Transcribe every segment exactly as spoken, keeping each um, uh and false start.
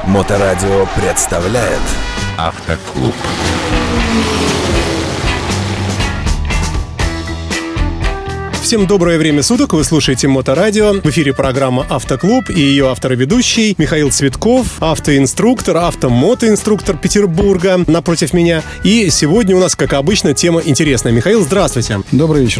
Моторадио представляет Автоклуб. Всем доброе время суток, вы слушаете Моторадио. В эфире программа «Автоклуб» и ее автор и ведущий Михаил Цветков, автоинструктор, автомотоинструктор Петербурга напротив меня. И сегодня у нас, как обычно, тема интересная. Михаил, здравствуйте. Добрый вечер.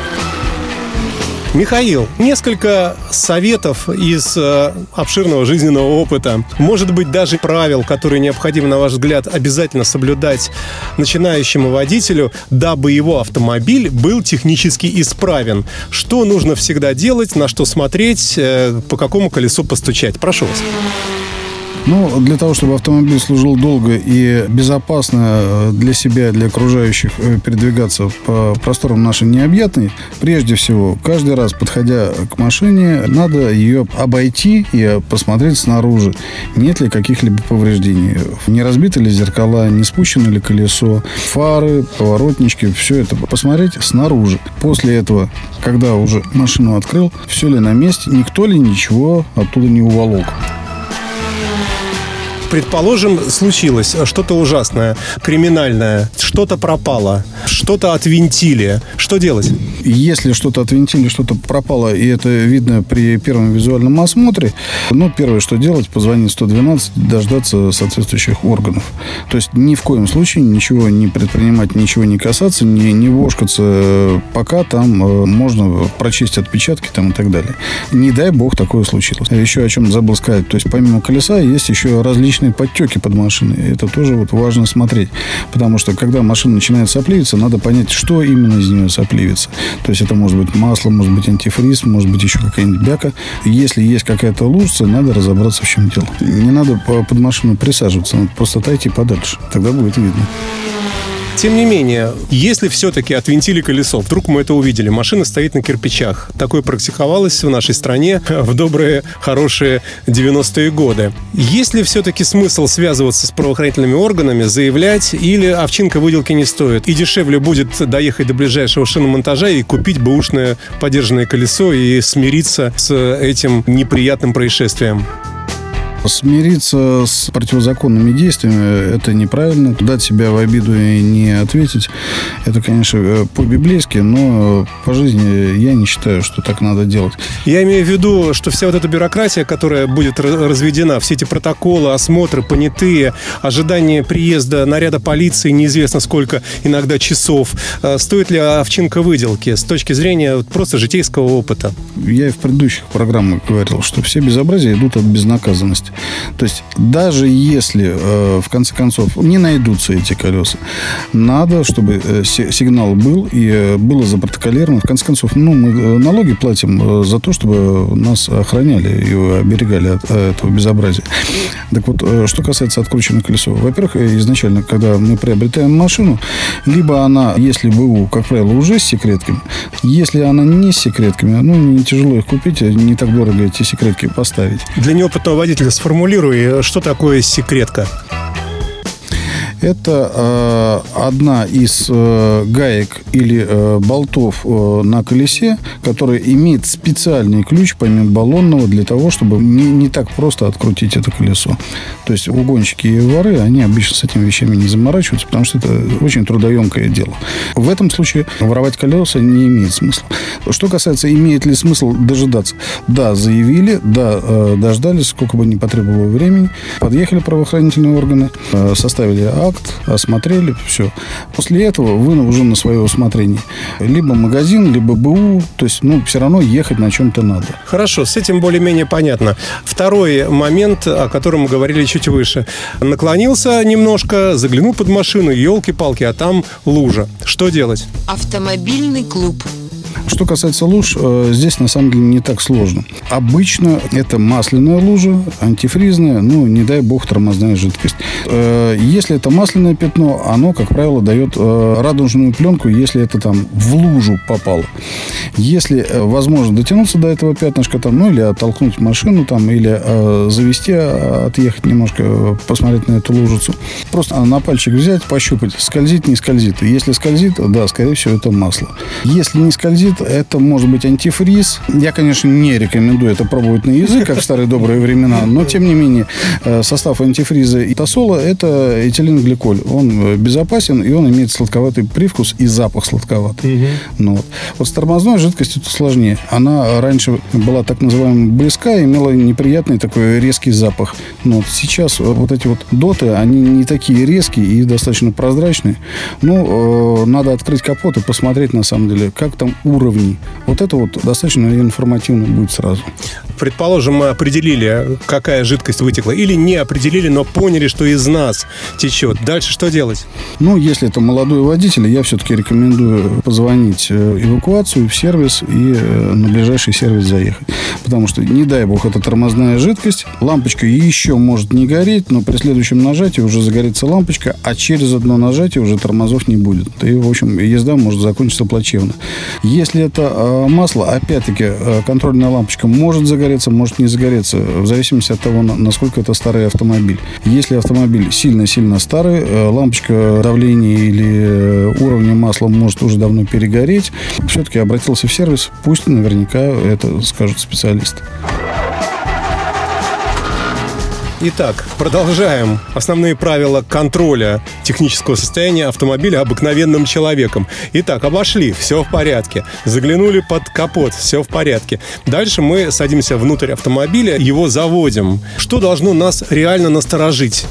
Михаил, несколько советов из э, обширного жизненного опыта, может быть, даже правил, которые необходимо, на ваш взгляд, обязательно соблюдать начинающему водителю, дабы его автомобиль был технически исправен. Что нужно всегда делать, на что смотреть, э, по какому колесу постучать? Прошу вас. Ну, для того, чтобы автомобиль служил долго и безопасно для себя, для окружающих передвигаться по просторам нашей необъятной, прежде всего, каждый раз, подходя к машине, надо ее обойти и посмотреть снаружи, нет ли каких-либо повреждений. Не разбиты ли зеркала, не спущено ли колесо, фары, поворотнички, все это посмотреть снаружи. После этого, когда уже машину открыл, все ли на месте, никто ли ничего оттуда не уволок. Предположим, случилось что-то ужасное, криминальное, что-то пропало, что-то отвинтили. Что делать? Если что-то отвинтили, что-то пропало, и это видно при первом визуальном осмотре, ну, первое, что делать, позвонить сто двенадцать, дождаться соответствующих органов. То есть ни в коем случае ничего не предпринимать, ничего не касаться, не, не вошкаться, пока там э, можно прочесть отпечатки там, и так далее. Не дай бог такое случилось. Еще о чем забыл сказать. То есть помимо колеса есть еще различные подтеки под машиной. Это тоже вот важно смотреть. Потому что, когда машина начинает сопливиться, надо понять, что именно из нее сопливится. То есть, это может быть масло, может быть антифриз, может быть еще какая-нибудь бяка. Если есть какая-то лужица, надо разобраться, в чем дело. Не надо под машину присаживаться, надо просто отойти подальше. Тогда будет видно. Тем не менее, если все-таки отвинтили колесо, вдруг мы это увидели, машина стоит на кирпичах. Такое практиковалось в нашей стране в добрые, хорошие девяностые годы. Есть ли все-таки смысл связываться с правоохранительными органами, заявлять, или овчинка выделки не стоит? И дешевле будет доехать до ближайшего шиномонтажа и купить бэушное подержанное колесо и смириться с этим неприятным происшествием? Смириться с противозаконными действиями – это неправильно. Дать себя в обиду и не ответить – это, конечно, по-библейски, но по жизни я не считаю, что так надо делать. Я имею в виду, что вся вот эта бюрократия, которая будет разведена, все эти протоколы, осмотры, понятые, ожидание приезда наряда полиции, неизвестно сколько иногда часов, стоит ли овчинка выделки с точки зрения просто житейского опыта? Я и в предыдущих программах говорил, что все безобразия идут от безнаказанности. То есть, даже если, э, в конце концов, не найдутся эти колеса, надо, чтобы э, сигнал был и э, было запротоколировано. В конце концов, ну, мы налоги платим э, за то, чтобы нас охраняли и оберегали от э, этого безобразия. Так вот, э, что касается открученного колеса. Во-первых, изначально, когда мы приобретаем машину, либо она, если БУ, как правило, уже с секретками, если она не с секретками, ну, не тяжело их купить, не так дорого эти секретки поставить. Для неопытного водителя сформулируй, что такое секретка. Это э, одна из э, гаек или э, болтов э, на колесе, которая имеет специальный ключ, помимо баллонного, для того, чтобы не, не так просто открутить это колесо. То есть угонщики и воры, они обычно с этими вещами не заморачиваются, потому что это очень трудоемкое дело. В этом случае воровать колеса не имеет смысла. Что касается, имеет ли смысл дожидаться? Да, заявили, да, э, дождались, сколько бы ни потребовало времени. Подъехали правоохранительные органы, э, составили акт, осмотрели, все. После этого вы уже на свое усмотрение. Либо магазин, либо БУ. То есть, ну, все равно ехать на чем-то надо. Хорошо, с этим более-менее понятно. Второй момент, о котором мы говорили чуть выше. Наклонился немножко, заглянул под машину, елки-палки, а там лужа. Что делать? Автомобильный клуб. Что касается луж, здесь на самом деле не так сложно. Обычно это масляная лужа, антифризная, ну, не дай бог, тормозная жидкость. Если это масляное пятно, оно, как правило, дает радужную пленку, если это там в лужу попало. Если возможно дотянуться до этого пятнышка, там, ну, или оттолкнуть машину, там, или завести, отъехать немножко, посмотреть на эту лужицу, просто на пальчик взять, пощупать, скользит, не скользит. Если скользит, да, скорее всего, это масло. Если не скользит, тормозит. Это может быть антифриз. Я, конечно, не рекомендую это пробовать на язык, как в старые добрые времена, но, тем не менее, состав антифриза и тосола – это этиленгликоль. Он безопасен, и он имеет сладковатый привкус и запах сладковатый. Угу. Ну, вот. вот с тормозной жидкостью это сложнее. Она раньше была так называемая близка, имела неприятный такой резкий запах. Но вот сейчас вот эти вот доты, они не такие резкие и достаточно прозрачные. Ну, э, надо открыть капот и посмотреть, на самом деле, как там уровни. Вот это вот достаточно информативно будет сразу. Предположим, мы определили, какая жидкость вытекла, или не определили, но поняли, что из нас течет. Дальше что делать? Ну, если это молодой водитель, я все-таки рекомендую позвонить в эвакуацию, в сервис и на ближайший сервис заехать. Потому что, не дай бог, это тормозная жидкость. Лампочка еще может не гореть, но при следующем нажатии уже загорится лампочка, а через одно нажатие уже тормозов не будет. И, в общем, езда может закончиться плачевно. Если это масло, опять-таки, контрольная лампочка может загореться, может не загореться, в зависимости от того, насколько это старый автомобиль. Если автомобиль сильно-сильно старый, лампочка давления или уровня масла может уже давно перегореть. Все-таки обратился в сервис, пусть наверняка это скажут специалисты. Итак, продолжаем. Основные правила контроля технического состояния автомобиля обыкновенным человеком. Итак, обошли, все в порядке. Заглянули под капот, все в порядке. Дальше мы садимся внутрь автомобиля, его заводим. Что должно нас реально насторожить?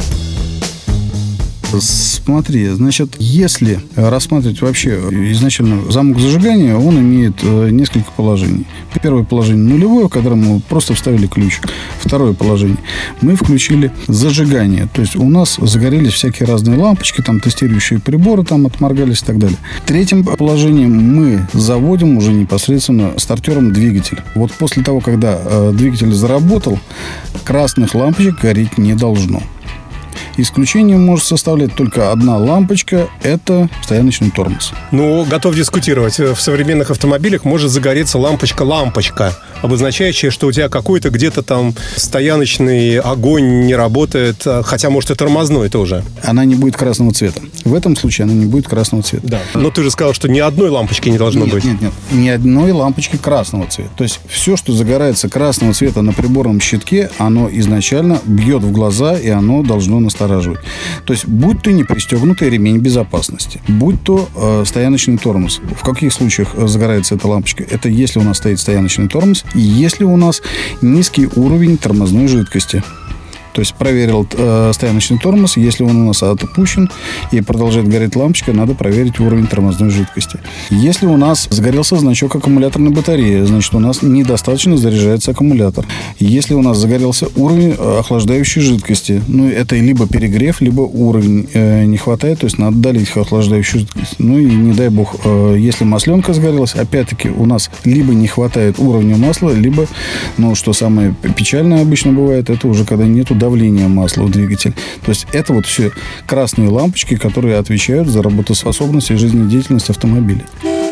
Смотри, значит, если рассматривать вообще изначально замок зажигания, он имеет несколько положений. Первое положение нулевое, в котором мы просто вставили ключ. Второе положение. Мы включили зажигание. То есть у нас загорелись всякие разные лампочки, там тестирующие приборы там отморгались и так далее. Третьим положением мы заводим уже непосредственно стартером двигатель. Вот после того, когда э, двигатель заработал, красных лампочек гореть не должно. Исключением может составлять только одна лампочка – это стояночный тормоз. Ну, готов дискутировать. В современных автомобилях может загореться лампочка-лампочка, обозначающая, что у тебя какой-то где-то там стояночный огонь не работает, хотя, может, и тормозной тоже. Она не будет красного цвета. В этом случае она не будет красного цвета. Да. Но ты же сказал, что ни одной лампочки не должно нет, быть. Нет, нет, нет. Ни одной лампочки красного цвета. То есть все, что загорается красного цвета на приборном щитке, оно изначально бьет в глаза, и оно должно настораживать. То есть, будь то не пристегнутый ремень безопасности, будь то э, стояночный тормоз. В каких случаях загорается эта лампочка? Это если у нас стоит стояночный тормоз и если у нас низкий уровень тормозной жидкости. То есть проверил э, стояночный тормоз. Если он у нас отпущен и продолжает гореть лампочка, надо проверить уровень тормозной жидкости. Если у нас загорелся значок аккумуляторной батареи, значит, у нас недостаточно заряжается аккумулятор. Если у нас загорелся уровень охлаждающей жидкости, ну, это либо перегрев, либо уровень э, не хватает, то есть надо долить охлаждающую жидкость. Ну и не дай бог, э, если масленка загорелась, опять-таки у нас либо не хватает уровня масла, либо, ну, что самое печальное обычно бывает, это уже когда нету давление масла в двигатель. То есть это вот все красные лампочки, которые отвечают за работоспособность и жизнедеятельность автомобиля.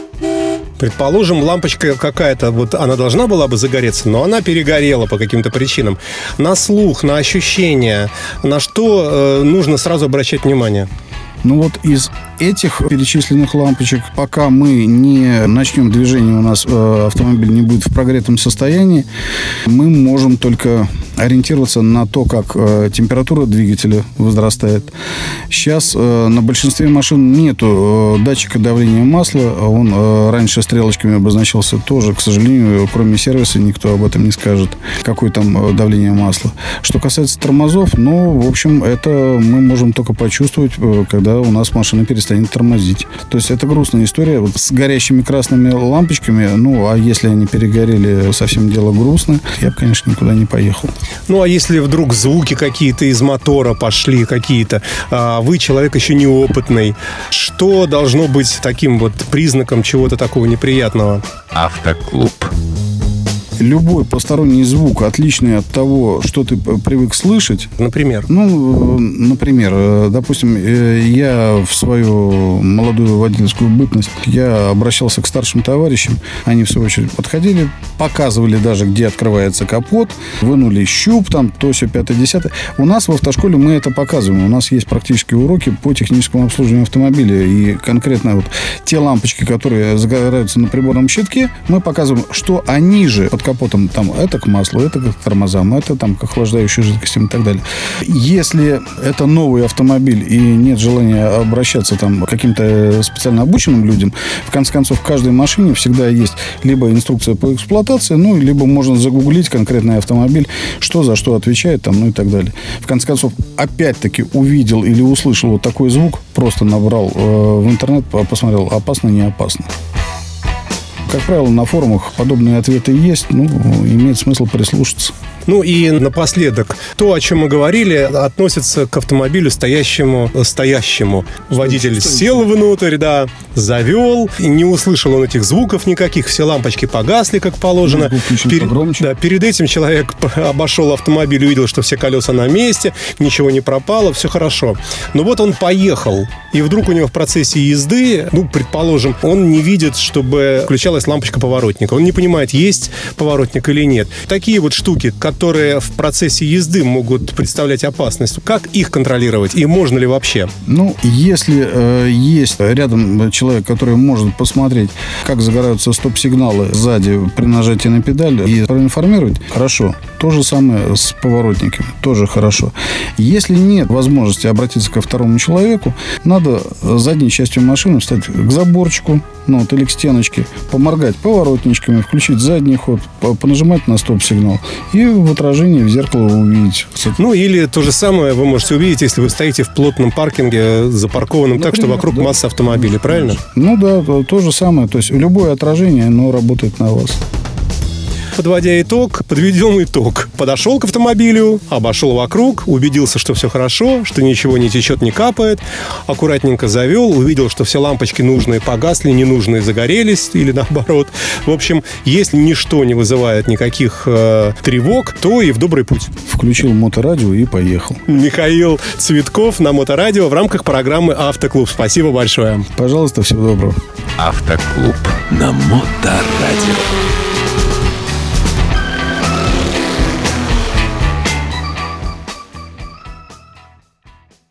Предположим, лампочка какая-то, вот она должна была бы загореться, но она перегорела по каким-то причинам. На слух, на ощущения, на что э, нужно сразу обращать внимание? Ну вот из этих перечисленных лампочек, пока мы не начнем движение, у нас э, автомобиль не будет в прогретом состоянии, мы можем только ориентироваться на то, как э, температура двигателя возрастает. Сейчас э, на большинстве машин нету э, датчика давления масла. Он э, раньше стрелочками обозначался тоже. К сожалению, кроме сервиса, никто об этом не скажет, какое там э, давление масла. Что касается тормозов, ну, в общем, это мы можем только почувствовать, э, когда у нас машина перестанет тормозить. То есть это грустная история. Вот с горящими красными лампочками, ну, а если они перегорели, совсем дело грустно, я бы, конечно, никуда не поехал. Ну, а если вдруг звуки какие-то из мотора пошли, какие-то, а вы человек еще неопытный, что должно быть таким вот признаком чего-то такого неприятного? Автоклуб. любой посторонний звук, отличный от того, что ты привык слышать. Например? Ну, например, допустим, я в свою молодую водительскую бытность, я обращался к старшим товарищам. Они, в свою очередь, подходили, показывали даже, где открывается капот, вынули щуп, там, то, все, пятое, десятое. У нас в автошколе мы это показываем. У нас есть практические уроки по техническому обслуживанию автомобиля. И конкретно вот те лампочки, которые загораются на приборном щитке, мы показываем, что они же под капотом, там, это к маслу, это к тормозам, это там к охлаждающей жидкости и так далее. Если это новый автомобиль и нет желания обращаться там к каким-то специально обученным людям, в конце концов, в каждой машине всегда есть либо инструкция по эксплуатации, ну, либо можно загуглить конкретный автомобиль, что за что отвечает, там, ну и так далее. В конце концов, опять-таки увидел или услышал вот такой звук, просто набрал э, в интернет, посмотрел, опасно, не опасно. Как правило, на форумах подобные ответы есть, ну, имеет смысл прислушаться. Ну и напоследок, то, о чем мы говорили, относится к автомобилю стоящему, стоящему. Водитель сел внутрь, да, завел, и не услышал он этих звуков никаких, все лампочки погасли, как положено. Пер... Да, перед этим человек обошел автомобиль, увидел, что все колеса на месте, ничего не пропало, все хорошо. Но вот он поехал, и вдруг у него в процессе езды, ну, предположим, он не видит, чтобы включалась лампочка поворотника. Он не понимает, есть поворотник или нет. Такие вот штуки, которые в процессе езды могут представлять опасность. Как их контролировать? И можно ли вообще? Ну, если э, есть рядом человек, который может посмотреть, как загораются стоп-сигналы сзади при нажатии на педаль и проинформировать, хорошо. То же самое с поворотниками. Тоже хорошо. Если нет возможности обратиться ко второму человеку, надо задней частью машины встать к заборчику, ну, вот, или к стеночке, поморгать поворотничками, включить задний ход, понажимать на стоп-сигнал и в отражении в зеркало увидеть. Ну, или то же самое вы можете увидеть, если вы стоите в плотном паркинге, запаркованном, например, так, что вокруг да. масса автомобилей, правильно? Ну да, то, то же самое. То есть любое отражение, оно работает на вас. Подводя итог, подведем итог. Подошел к автомобилю, обошел вокруг, убедился, что все хорошо, что ничего не течет, не капает, аккуратненько завел, увидел, что все лампочки нужные погасли, ненужные загорелись или наоборот. В общем, если ничто не вызывает никаких э, тревог, то и в добрый путь. Включил моторадио и поехал. Михаил Цветков на Моторадио в рамках программы «Автоклуб». Спасибо большое. Пожалуйста, всего доброго. Автоклуб на Моторадио.